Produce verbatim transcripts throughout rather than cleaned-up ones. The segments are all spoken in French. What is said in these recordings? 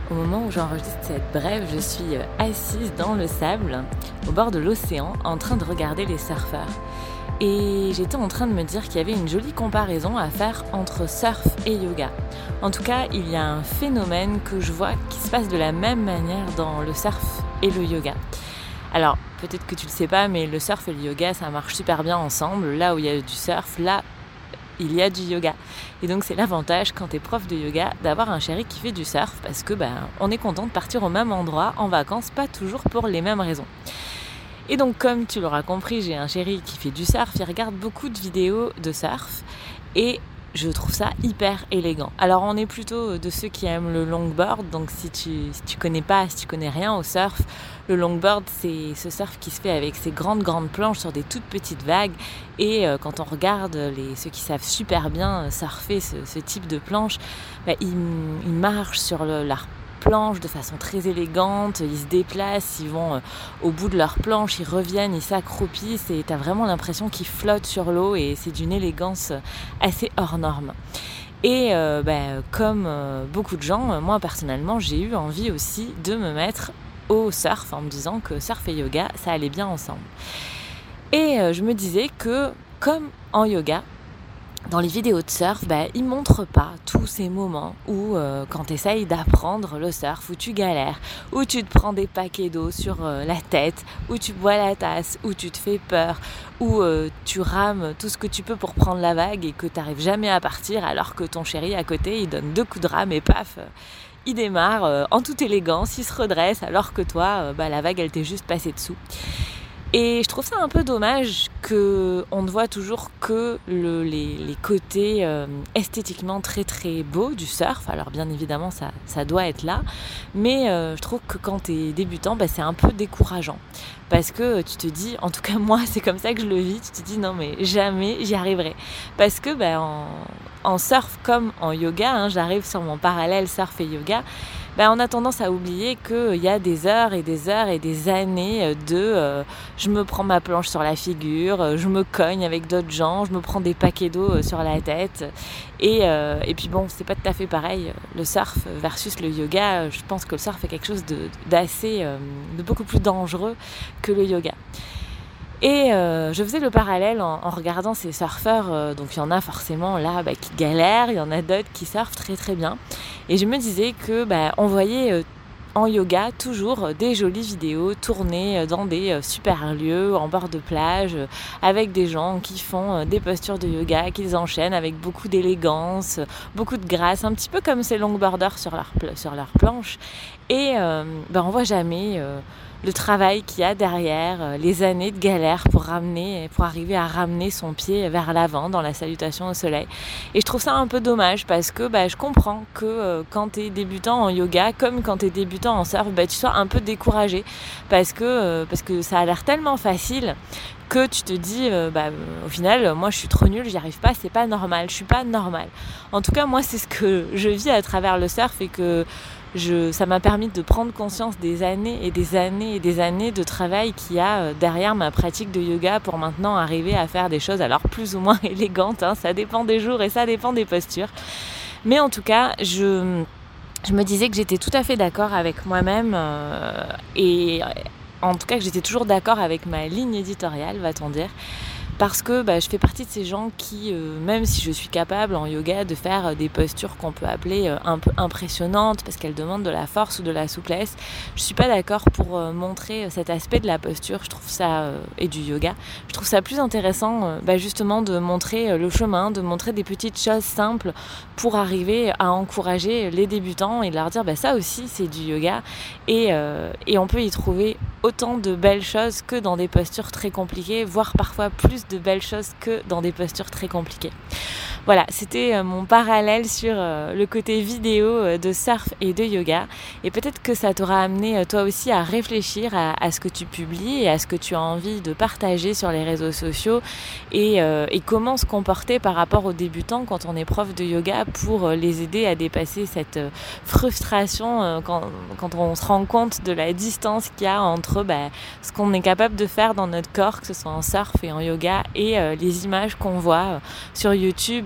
Au moment où j'enregistre cette brève, je suis assise dans le sable, au bord de l'océan, en train de regarder les surfeurs. Et j'étais en train de me dire qu'il y avait une jolie comparaison à faire entre surf et yoga. En tout cas, il y a un phénomène que je vois qui se passe de la même manière dans le surf et le yoga. Alors, peut-être que tu le sais pas, mais le surf et le yoga, ça marche super bien ensemble. Là où il y a du surf, là, il y a du yoga. Et donc c'est l'avantage quand tu es prof de yoga d'avoir un chéri qui fait du surf parce que ben, on est content de partir au même endroit en vacances, pas toujours pour les mêmes raisons. Et donc comme tu l'auras compris, j'ai un chéri qui fait du surf, il regarde beaucoup de vidéos de surf et je trouve ça hyper élégant. Alors on est plutôt de ceux qui aiment le longboard, donc si tu si tu connais pas, si tu connais rien au surf, le longboard c'est ce surf qui se fait avec ces grandes grandes planches sur des toutes petites vagues et euh, quand on regarde les ceux qui savent super bien surfer ce, ce type de planche, bah, ils, ils marchent sur le, leur planche de façon très élégante, ils se déplacent, ils vont euh, au bout de leur planche, ils reviennent, ils s'accroupissent et t'as vraiment l'impression qu'ils flottent sur l'eau et c'est d'une élégance assez hors norme. Et euh, bah, comme euh, beaucoup de gens, moi personnellement j'ai eu envie aussi de me mettre au surf en me disant que surf et yoga ça allait bien ensemble. Et euh, je me disais que comme en yoga, dans les vidéos de surf, bah, ils ne montrent pas tous ces moments où, euh, quand tu essayes d'apprendre le surf, où tu galères, où tu te prends des paquets d'eau sur euh, la tête, où tu bois la tasse, où tu te fais peur, où euh, tu rames tout ce que tu peux pour prendre la vague et que tu n'arrives jamais à partir alors que ton chéri à côté, il donne deux coups de rame et paf, euh, il démarre euh, en toute élégance, il se redresse alors que toi, euh, bah, la vague, elle t'est juste passée dessous. Et je trouve ça un peu dommage qu'on ne voit toujours que le, les, les côtés euh, esthétiquement très très beaux du surf. Alors bien évidemment ça, ça doit être là, mais euh, je trouve que quand tu es débutant, bah, c'est un peu décourageant. Parce que tu te dis, en tout cas moi c'est comme ça que je le vis, tu te dis non mais jamais j'y arriverai. Parce que bah, en, en surf comme en yoga, hein, j'arrive sur mon parallèle surf et yoga, ben, on a tendance à oublier qu'il y a des heures et des heures et des années de euh, je me prends ma planche sur la figure, je me cogne avec d'autres gens, je me prends des paquets d'eau sur la tête et, euh, et puis bon, c'est pas tout à fait pareil le surf versus le yoga. Je pense que le surf est quelque chose de, d'assez euh, de beaucoup plus dangereux que le yoga. Et euh, je faisais le parallèle en, en regardant ces surfeurs, euh, donc il y en a forcément là bah, qui galèrent, il y en a d'autres qui surfent très très bien. Et je me disais que bah, on voyait euh, en yoga toujours des jolies vidéos tournées dans des euh, super lieux, en bord de plage, euh, avec des gens qui font euh, des postures de yoga, qu'ils enchaînent avec beaucoup d'élégance, beaucoup de grâce, un petit peu comme ces longboarders sur leur, pl- sur leur planche. Et euh, bah, on voit jamais... Euh, le travail qu'il y a derrière, les années de galère pour ramener, pour arriver à ramener son pied vers l'avant dans la salutation au soleil. Et je trouve ça un peu dommage parce que bah, je comprends que euh, quand tu es débutant en yoga, comme quand tu es débutant en surf, bah, tu sois un peu découragé parce que, euh, parce que ça a l'air tellement facile que tu te dis, euh, bah, au final, moi je suis trop nulle, j'y arrive pas, c'est pas normal, je suis pas normale. En tout cas, moi c'est ce que je vis à travers le surf et que Je, ça m'a permis de prendre conscience des années et des années et des années de travail qu'il y a derrière ma pratique de yoga pour maintenant arriver à faire des choses alors plus ou moins élégantes, hein, ça dépend des jours et ça dépend des postures. Mais en tout cas, je, je me disais que j'étais tout à fait d'accord avec moi-même euh, et en tout cas que j'étais toujours d'accord avec ma ligne éditoriale, va-t-on dire. Parce que bah, je fais partie de ces gens qui, euh, même si je suis capable en yoga de faire euh, des postures qu'on peut appeler euh, un peu impressionnantes parce qu'elles demandent de la force ou de la souplesse, je suis pas d'accord pour euh, montrer cet aspect de la posture. Je trouve ça, euh, et du yoga, je trouve ça plus intéressant euh, bah, justement de montrer euh, le chemin, de montrer des petites choses simples pour arriver à encourager les débutants et leur dire bah, ça aussi c'est du yoga et, euh, et on peut y trouver autant de belles choses que dans des postures très compliquées, voire parfois plus de belles choses que dans des postures très compliquées. Voilà, c'était mon parallèle sur le côté vidéo de surf et de yoga. Et peut-être que ça t'aura amené toi aussi à réfléchir à, à ce que tu publies et à ce que tu as envie de partager sur les réseaux sociaux et, euh, et comment se comporter par rapport aux débutants quand on est prof de yoga pour les aider à dépasser cette frustration quand, quand on se rend compte de la distance qu'il y a entre bah, ce qu'on est capable de faire dans notre corps, que ce soit en surf et en yoga, et euh, les images qu'on voit sur YouTube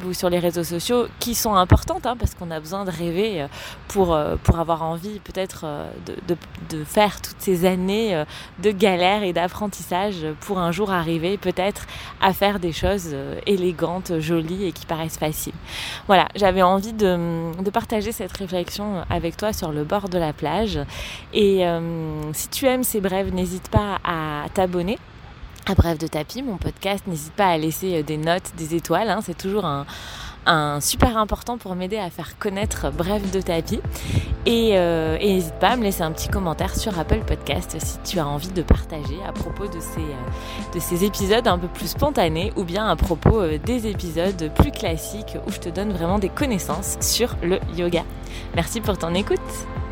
ou sur les réseaux sociaux qui sont importantes hein, parce qu'on a besoin de rêver pour, pour avoir envie peut-être de, de, de faire toutes ces années de galère et d'apprentissage pour un jour arriver peut-être à faire des choses élégantes, jolies et qui paraissent faciles. Voilà, j'avais envie de, de partager cette réflexion avec toi sur le bord de la plage et euh, si tu aimes ces brèves, n'hésite pas à t'abonner à Brève de tapis, mon podcast, n'hésite pas à laisser des notes, des étoiles, hein, c'est toujours un, un super important pour m'aider à faire connaître Brève de tapis et, euh, et n'hésite pas à me laisser un petit commentaire sur Apple Podcast si tu as envie de partager à propos de ces, euh, de ces épisodes un peu plus spontanés ou bien à propos euh, des épisodes plus classiques où je te donne vraiment des connaissances sur le yoga. Merci pour ton écoute.